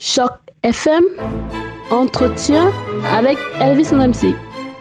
Choc FM, entretien avec Elvis MC.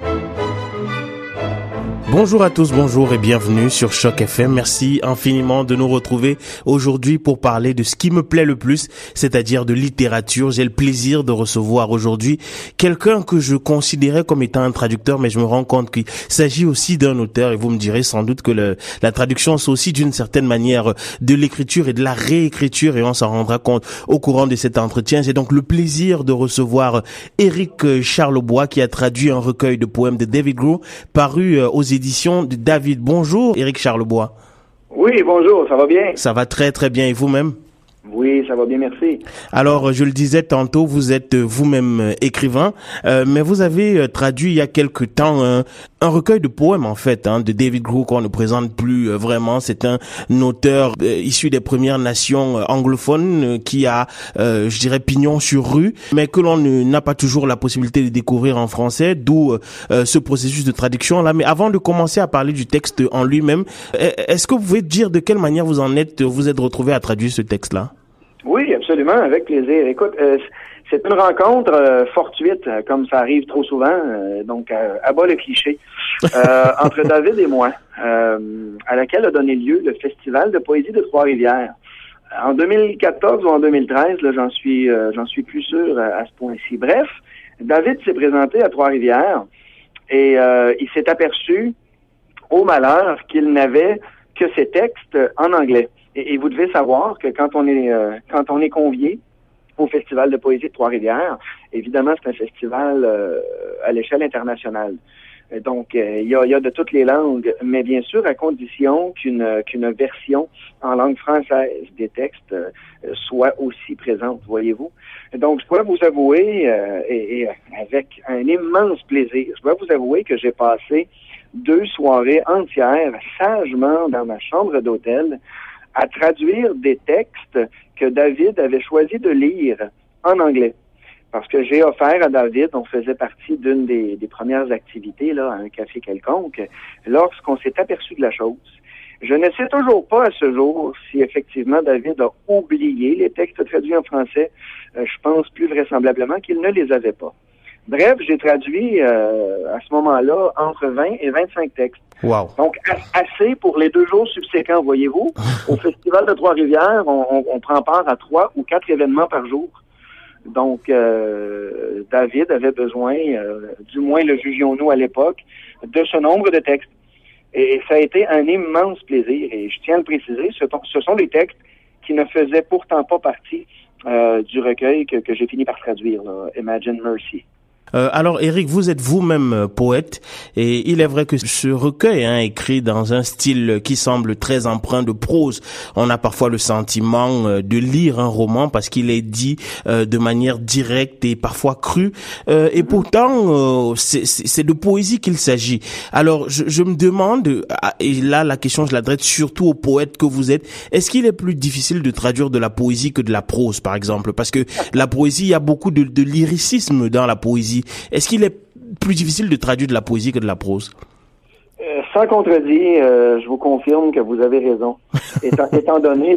Bonjour à tous, bonjour et bienvenue sur Choc FM. Merci infiniment de nous retrouver aujourd'hui pour parler de ce qui me plaît le plus, c'est-à-dire de littérature. J'ai le plaisir de recevoir aujourd'hui quelqu'un que je considérais comme étant un traducteur, mais je me rends compte qu'il s'agit aussi d'un auteur et vous me direz sans doute que la traduction c'est aussi d'une certaine manière de l'écriture et de la réécriture et on s'en rendra compte au courant de cet entretien. J'ai donc le plaisir de recevoir Éric Charlebois qui a traduit un recueil de poèmes de David Groh paru aux éditions de David. Bonjour Éric Charlebois. Oui, bonjour, ça va bien? Ça va très très bien et vous-même? Oui, ça va bien, merci. Alors, je le disais tantôt, vous êtes vous-même écrivain, mais vous avez traduit il y a quelque temps un recueil de poèmes en fait, de David Groh qu'on ne présente plus vraiment. C'est un auteur issu des Premières Nations anglophones qui a, je dirais, pignon sur rue, mais que l'on n'a pas toujours la possibilité de découvrir en français, d'où ce processus de traduction là. Mais avant de commencer à parler du texte en lui-même, est-ce que vous pouvez dire de quelle manière vous êtes retrouvé à traduire ce texte-là? Oui, absolument, avec plaisir. Écoute, c'est une rencontre fortuite, comme ça arrive trop souvent, donc à bas le cliché, entre David et moi, à laquelle a donné lieu le Festival de poésie de Trois-Rivières. En 2014 ou en 2013, là, j'en suis plus sûr à ce point-ci. Bref, David s'est présenté à Trois-Rivières et il s'est aperçu, au malheur, qu'il n'avait que ses textes en anglais. Et vous devez savoir que quand on est convié au Festival de poésie de Trois-Rivières, évidemment, c'est un festival à l'échelle internationale. Donc, il y a de toutes les langues, mais bien sûr, à condition qu'une version en langue française des textes soit aussi présente, voyez-vous. Donc, je dois vous avouer, et avec un immense plaisir, je dois vous avouer que j'ai passé 2 soirées entières sagement dans ma chambre d'hôtel à traduire des textes que David avait choisi de lire en anglais. Parce que j'ai offert à David, on faisait partie d'une des premières activités, là, à un café quelconque, lorsqu'on s'est aperçu de la chose. Je ne sais toujours pas à ce jour si effectivement David a oublié les textes traduits en français. Je pense plus vraisemblablement qu'il ne les avait pas. Bref, j'ai traduit à ce moment-là entre 20 et 25 textes. Wow. Donc, assez pour les 2 jours subséquents, voyez-vous. Au Festival de Trois-Rivières, on prend part à 3 ou 4 événements par jour. Donc, David avait besoin, du moins le jugions-nous à l'époque, de ce nombre de textes. Et ça a été un immense plaisir. Et je tiens à le préciser, ce sont des textes qui ne faisaient pourtant pas partie du recueil que j'ai fini par traduire, là, Imagine Mercy. Alors Éric, vous êtes vous-même poète et il est vrai que ce recueil écrit dans un style qui semble très empreint de prose, on a parfois le sentiment de lire un roman parce qu'il est dit de manière directe et parfois crue et pourtant c'est de poésie qu'il s'agit. Alors je me demande, et là la question je l'adresse surtout aux poètes que vous êtes, est-ce qu'il est plus difficile de traduire de la poésie que de la prose par exemple? Parce que la poésie, il y a beaucoup de lyricisme dans la poésie. Est-ce qu'il est plus difficile de traduire de la poésie que de la prose? Sans contredit, je vous confirme que vous avez raison. Étant donné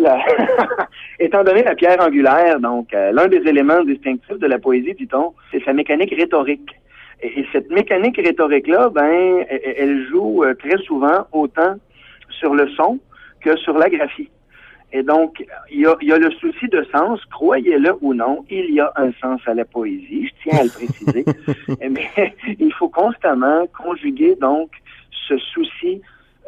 la pierre angulaire, donc l'un des éléments distinctifs de la poésie, dit-on, c'est sa mécanique rhétorique. Et cette mécanique rhétorique-là, elle joue très souvent autant sur le son que sur la graphie. Et donc, il y a le souci de sens, croyez-le ou non, il y a un sens à la poésie, je tiens à le préciser. Mais il faut constamment conjuguer donc ce souci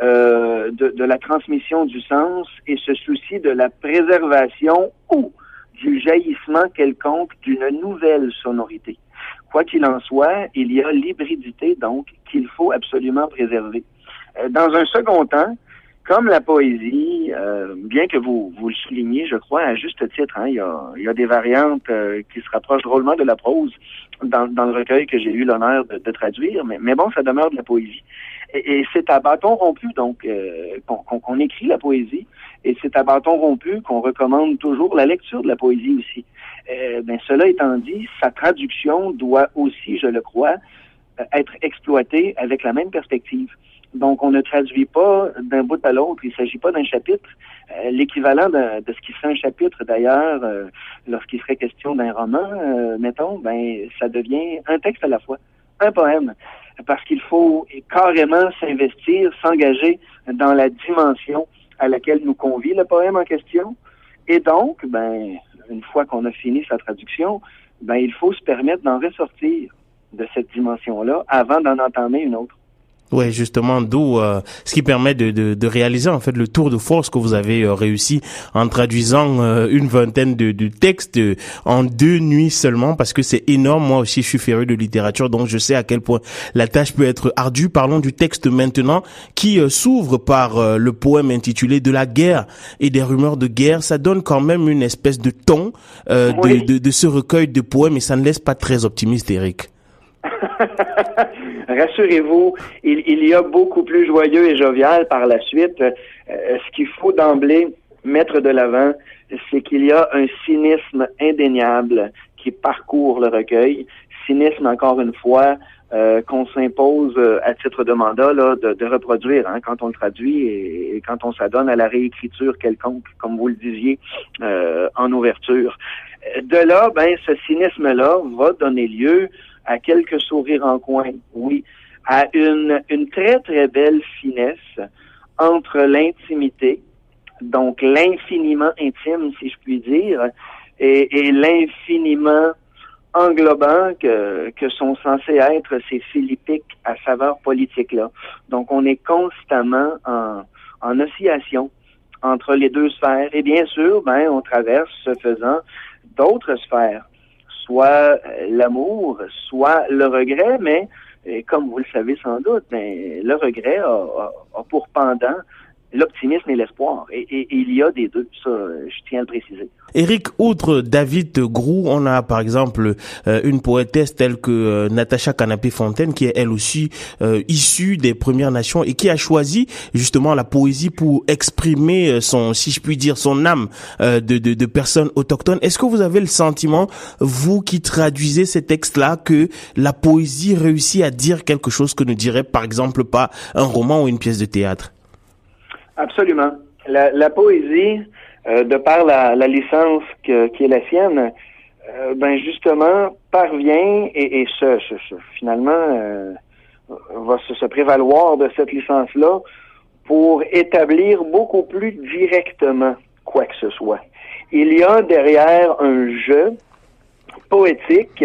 de la transmission du sens et ce souci de la préservation ou du jaillissement quelconque d'une nouvelle sonorité. Quoi qu'il en soit, il y a l'hybridité donc qu'il faut absolument préserver. Dans un second temps, comme la poésie, bien que vous le souligniez, je crois, à juste titre, il y a des variantes qui se rapprochent drôlement de la prose dans le recueil que j'ai eu l'honneur de traduire, mais bon, ça demeure de la poésie. Et c'est à bâton rompu, donc, qu'on écrit la poésie, et c'est à bâton rompu qu'on recommande toujours la lecture de la poésie aussi. Cela étant dit, sa traduction doit aussi, je le crois, être exploitée avec la même perspective. Donc, on ne traduit pas d'un bout à l'autre. Il ne s'agit pas d'un chapitre. L'équivalent de ce qui serait un chapitre, d'ailleurs, lorsqu'il serait question d'un roman, mettons, ça devient un texte à la fois, un poème. Parce qu'il faut carrément s'investir, s'engager dans la dimension à laquelle nous convie le poème en question. Et donc, une fois qu'on a fini sa traduction, il faut se permettre d'en ressortir de cette dimension-là avant d'en entamer une autre. Ouais, justement, d'où ce qui permet de réaliser en fait le tour de force que vous avez réussi en traduisant une vingtaine de textes en 2 nuits seulement, parce que c'est énorme. Moi aussi, je suis féru de littérature, donc je sais à quel point la tâche peut être ardue. Parlons du texte maintenant, qui s'ouvre par le poème intitulé De la guerre et des rumeurs de guerre. Ça donne quand même une espèce de ton oui. de ce recueil de poèmes, et ça ne laisse pas très optimiste, Éric. Rassurez-vous, il y a beaucoup plus joyeux et jovial par la suite. Ce qu'il faut d'emblée mettre de l'avant, c'est qu'il y a un cynisme indéniable qui parcourt le recueil. Cynisme, encore une fois, qu'on s'impose à titre de mandat de reproduire quand on le traduit et quand on s'adonne à la réécriture quelconque, comme vous le disiez en ouverture. De là, ce cynisme-là va donner lieu à quelques sourires en coin, oui, à une très, très belle finesse entre l'intimité, donc l'infiniment intime, si je puis dire, et l'infiniment englobant que sont censés être ces philippiques à saveur politique-là. Donc, on est constamment en oscillation entre les deux sphères. Et bien sûr, on traverse, ce faisant, d'autres sphères, soit l'amour, soit le regret, mais comme vous le savez sans doute, le regret a pour pendant l'optimisme et l'espoir. Et il y a des deux, ça, je tiens à le préciser. Éric, outre David Groux, on a par exemple une poétesse telle que Natacha Canapé-Fontaine, qui est elle aussi issue des Premières Nations et qui a choisi justement la poésie pour exprimer son, si je puis dire, son âme de personnes autochtones. Est-ce que vous avez le sentiment, vous qui traduisez ces textes-là, que la poésie réussit à dire quelque chose que ne dirait par exemple pas un roman ou une pièce de théâtre? Absolument. La poésie, de par la licence qui est la sienne, justement parvient et finalement va se prévaloir de cette licence-là pour établir beaucoup plus directement quoi que ce soit. Il y a derrière un jeu poétique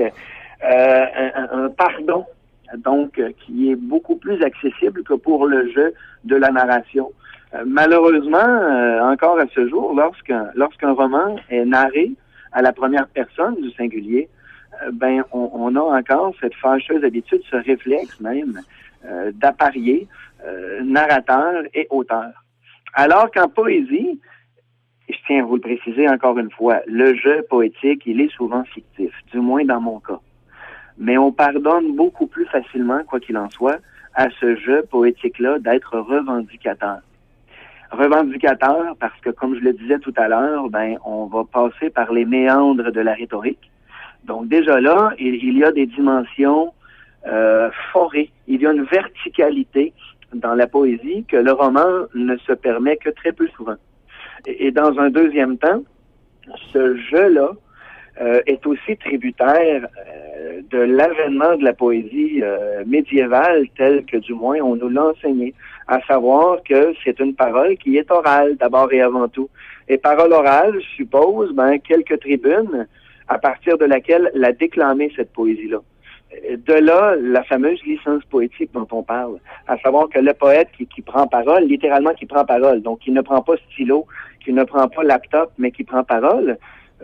un pardon, donc qui est beaucoup plus accessible que pour le jeu de la narration. Malheureusement, encore à ce jour, lorsqu'un roman est narré à la première personne du singulier, on a encore cette fâcheuse habitude, ce réflexe même, d'apparier narrateur et auteur. Alors qu'en poésie, je tiens à vous le préciser encore une fois, le jeu poétique, il est souvent fictif, du moins dans mon cas. Mais on pardonne beaucoup plus facilement, quoi qu'il en soit, à ce jeu poétique-là d'être revendicateur. Revendicateur parce que, comme je le disais tout à l'heure, on va passer par les méandres de la rhétorique. Donc déjà là, il y a des dimensions forées. Il y a une verticalité dans la poésie que le roman ne se permet que très peu souvent. Et dans un deuxième temps, ce jeu-là est aussi tributaire de l'avènement de la poésie médiévale telle que du moins on nous l'a enseigné, à savoir que c'est une parole qui est orale d'abord et avant tout. Et parole orale suppose quelques tribunes à partir de laquelle la déclamer cette poésie-là. De là, la fameuse licence poétique dont on parle, à savoir que le poète qui prend parole, littéralement qui prend parole, donc qui ne prend pas stylo, qui ne prend pas laptop, mais qui prend parole,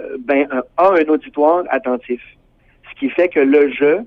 a un auditoire attentif. Ce qui fait que le jeu,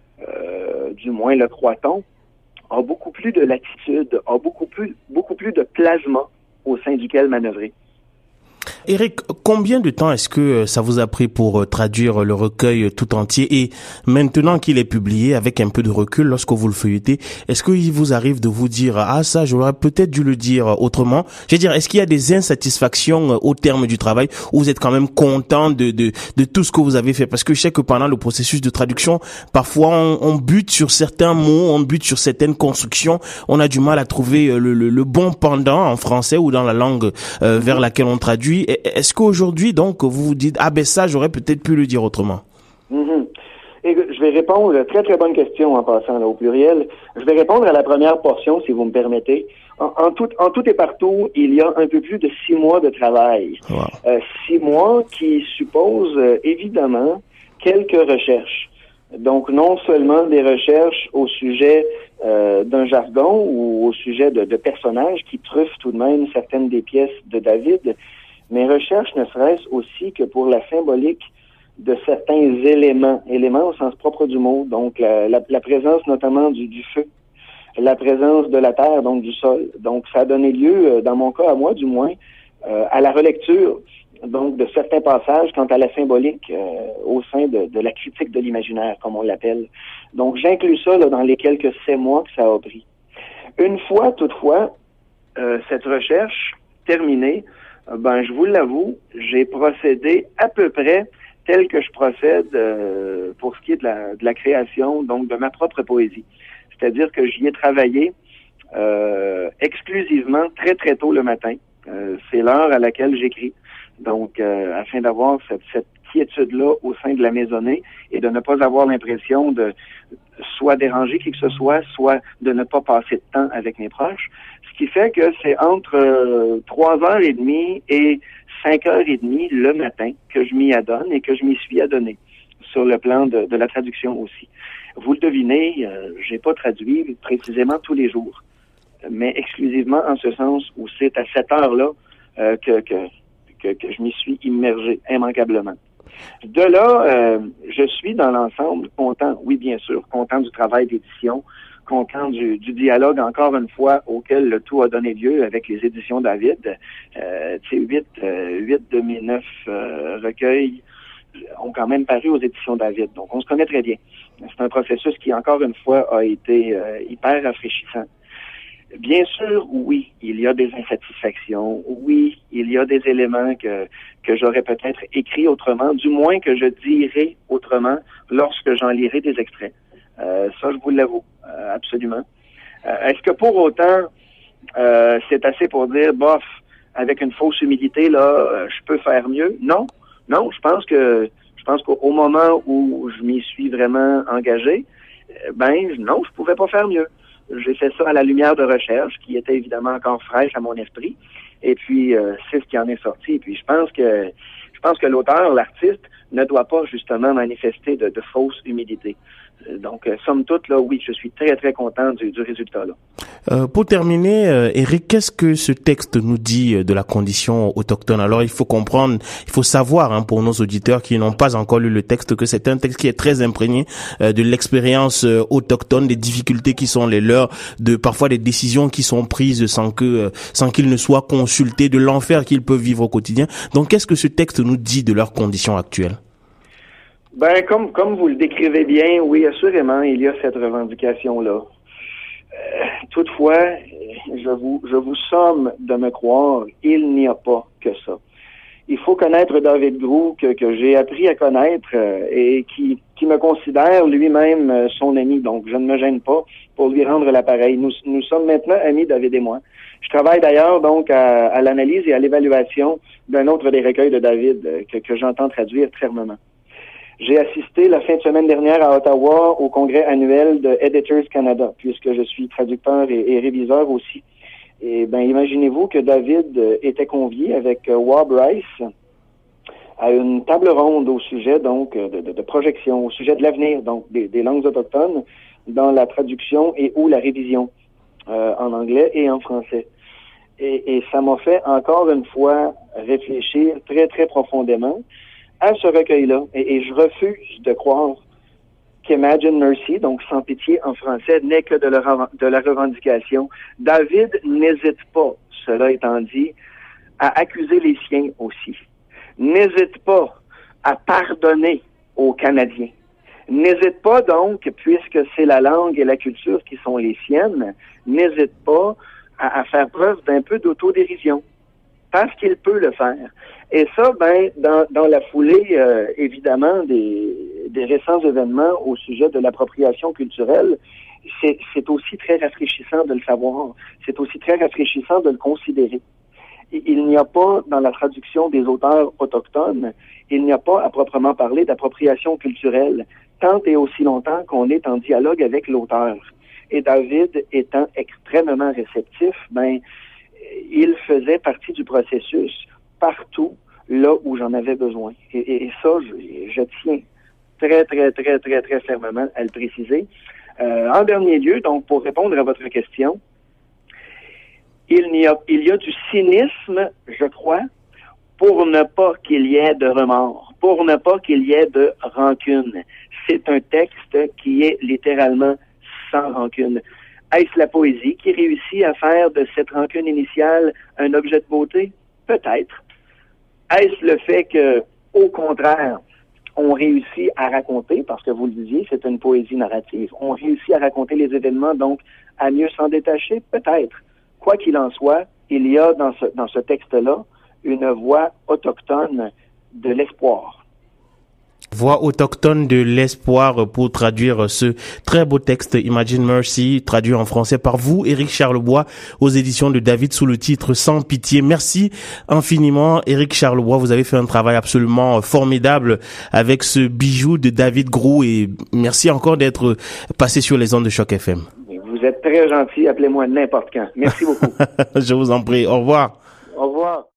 du moins le croit-on, a beaucoup plus de latitude, a beaucoup plus de plasma au sein duquel manœuvrer. Éric, combien de temps est-ce que ça vous a pris pour traduire le recueil tout entier? Et maintenant qu'il est publié, avec un peu de recul, lorsque vous le feuilletez, est-ce qu'il vous arrive de vous dire « Ah, ça, j'aurais peut-être dû le dire autrement ». Je veux dire, est-ce qu'il y a des insatisfactions au terme du travail où vous êtes quand même content de tout ce que vous avez fait? Parce que je sais que pendant le processus de traduction, parfois on bute sur certains mots, on bute sur certaines constructions, on a du mal à trouver le bon pendant en français ou dans la langue vers laquelle on traduit. Est-ce qu'aujourd'hui, donc, vous vous dites, ah ben ça, j'aurais peut-être pu le dire autrement? Et je vais répondre, très très bonne question en passant là, au pluriel. Je vais répondre à la première portion, si vous me permettez. En tout et partout, il y a un peu plus de 6 mois de travail. Wow. 6 mois qui supposent évidemment quelques recherches. Donc, non seulement des recherches au sujet d'un jargon ou au sujet de personnages qui truffent tout de même certaines des pièces de David, mais recherches ne serait-ce aussi que pour la symbolique de certains éléments au sens propre du mot, donc la présence notamment du feu, la présence de la terre, donc du sol. Donc, ça a donné lieu, dans mon cas, à moi du moins, à la relecture donc de certains passages quant à la symbolique au sein de la critique de l'imaginaire, comme on l'appelle. Donc, j'inclus ça là, dans les quelques 7 mois que ça a pris. Une fois, toutefois, cette recherche terminée, je vous l'avoue, j'ai procédé à peu près tel que je procède pour ce qui est de la création, donc de ma propre poésie. C'est-à-dire que j'y ai travaillé exclusivement très très tôt le matin. C'est l'heure à laquelle j'écris. Donc, afin d'avoir cette quiétude-là au sein de la maisonnée et de ne pas avoir l'impression de soit déranger qui que ce soit de ne pas passer de temps avec mes proches. Ce qui fait que c'est entre 3h30 et 5h30 le matin que je m'y adonne et que je m'y suis adonné sur le plan de la traduction aussi. Vous le devinez, j'ai pas traduit précisément tous les jours, mais exclusivement en ce sens où c'est à cette heure-là que je m'y suis immergé immanquablement. De là, je suis dans l'ensemble content, oui bien sûr, content du travail d'édition, content du dialogue, encore une fois, auquel le tout a donné lieu avec les éditions David. 8 de mes 9 recueils ont quand même paru aux éditions David, donc on se connaît très bien. C'est un processus qui, encore une fois, a été hyper rafraîchissant. Bien sûr, oui, il y a des insatisfactions. Oui, il y a des éléments que j'aurais peut-être écrit autrement, du moins que je dirai autrement lorsque j'en lirai des extraits. Ça, je vous l'avoue, absolument. Est-ce que pour autant, c'est assez pour dire, bof, avec une fausse humilité, là, je peux faire mieux? Non, je pense qu'au moment où je m'y suis vraiment engagé, non, je pouvais pas faire mieux. J'ai fait ça à la lumière de recherche, qui était évidemment encore fraîche à mon esprit. Et puis, c'est ce qui en est sorti. Et puis, je pense que l'auteur, l'artiste, ne doit pas justement manifester de fausse humilité. Donc, somme toute, là, oui, je suis très, très content du résultat, là. Pour terminer, Éric, qu'est-ce que ce texte nous dit de la condition autochtone? Alors, il faut comprendre, il faut savoir, pour nos auditeurs qui n'ont pas encore lu le texte, que c'est un texte qui est très imprégné de l'expérience autochtone, des difficultés qui sont les leurs, de parfois des décisions qui sont prises sans qu'ils ne soient consultés, de l'enfer qu'ils peuvent vivre au quotidien. Donc, qu'est-ce que ce texte nous dit de leurs conditions actuelles? Comme vous le décrivez bien, oui, assurément, il y a cette revendication-là. Toutefois, je vous somme de me croire, il n'y a pas que ça. Il faut connaître David Groulx, que j'ai appris à connaître et qui me considère lui-même son ami. Donc, je ne me gêne pas pour lui rendre l'appareil. Nous sommes maintenant amis, David et moi. Je travaille d'ailleurs donc à l'analyse et à l'évaluation d'un autre des recueils de David que j'entends traduire très fermement. J'ai assisté la fin de semaine dernière à Ottawa au congrès annuel de Editors Canada, puisque je suis traducteur et réviseur aussi. Et imaginez-vous que David était convié avec Wab Rice à une table ronde au sujet donc de projection, au sujet de l'avenir donc des langues autochtones dans la traduction et ou la révision en anglais et en français. Et ça m'a fait encore une fois réfléchir très très profondément à ce recueil-là. Et je refuse de croire qu'Imagine Mercy, donc Sans pitié en français, n'est que de la revendication. David n'hésite pas, cela étant dit, à accuser les siens aussi. N'hésite pas à pardonner aux Canadiens. N'hésite pas donc, puisque c'est la langue et la culture qui sont les siennes, n'hésite pas à faire preuve d'un peu d'autodérision, parce qu'il peut le faire. Et ça, dans la foulée, évidemment, des récents événements au sujet de l'appropriation culturelle, c'est aussi très rafraîchissant de le savoir. C'est aussi très rafraîchissant de le considérer. Il n'y a pas, dans la traduction des auteurs autochtones, il n'y a pas à proprement parler d'appropriation culturelle, tant et aussi longtemps qu'on est en dialogue avec l'auteur. Et David étant extrêmement réceptif, il faisait partie du processus partout là où j'en avais besoin. Et ça, je tiens très, très, très, très, très fermement à le préciser. En dernier lieu, donc, pour répondre à votre question, il y a du cynisme, je crois, pour ne pas qu'il y ait de remords, pour ne pas qu'il y ait de rancune. C'est un texte qui est littéralement sans rancune. Est-ce la poésie qui réussit à faire de cette rancune initiale un objet de beauté? Peut-être. Est-ce le fait que, au contraire, on réussit à raconter, parce que vous le disiez, c'est une poésie narrative, on réussit à raconter les événements, donc à mieux s'en détacher? Peut-être. Quoi qu'il en soit, il y a dans ce texte-là une voix autochtone de l'espoir. Voix autochtone de l'espoir pour traduire ce très beau texte Imagine Mercy, traduit en français par vous, Éric Charlebois, aux éditions de David sous le titre Sans pitié. Merci infiniment, Éric Charlebois. Vous avez fait un travail absolument formidable avec ce bijou de David Groux et merci encore d'être passé sur les ondes de Choc FM. Vous êtes très gentil. Appelez-moi n'importe quand. Merci beaucoup. Je vous en prie. Au revoir. Au revoir.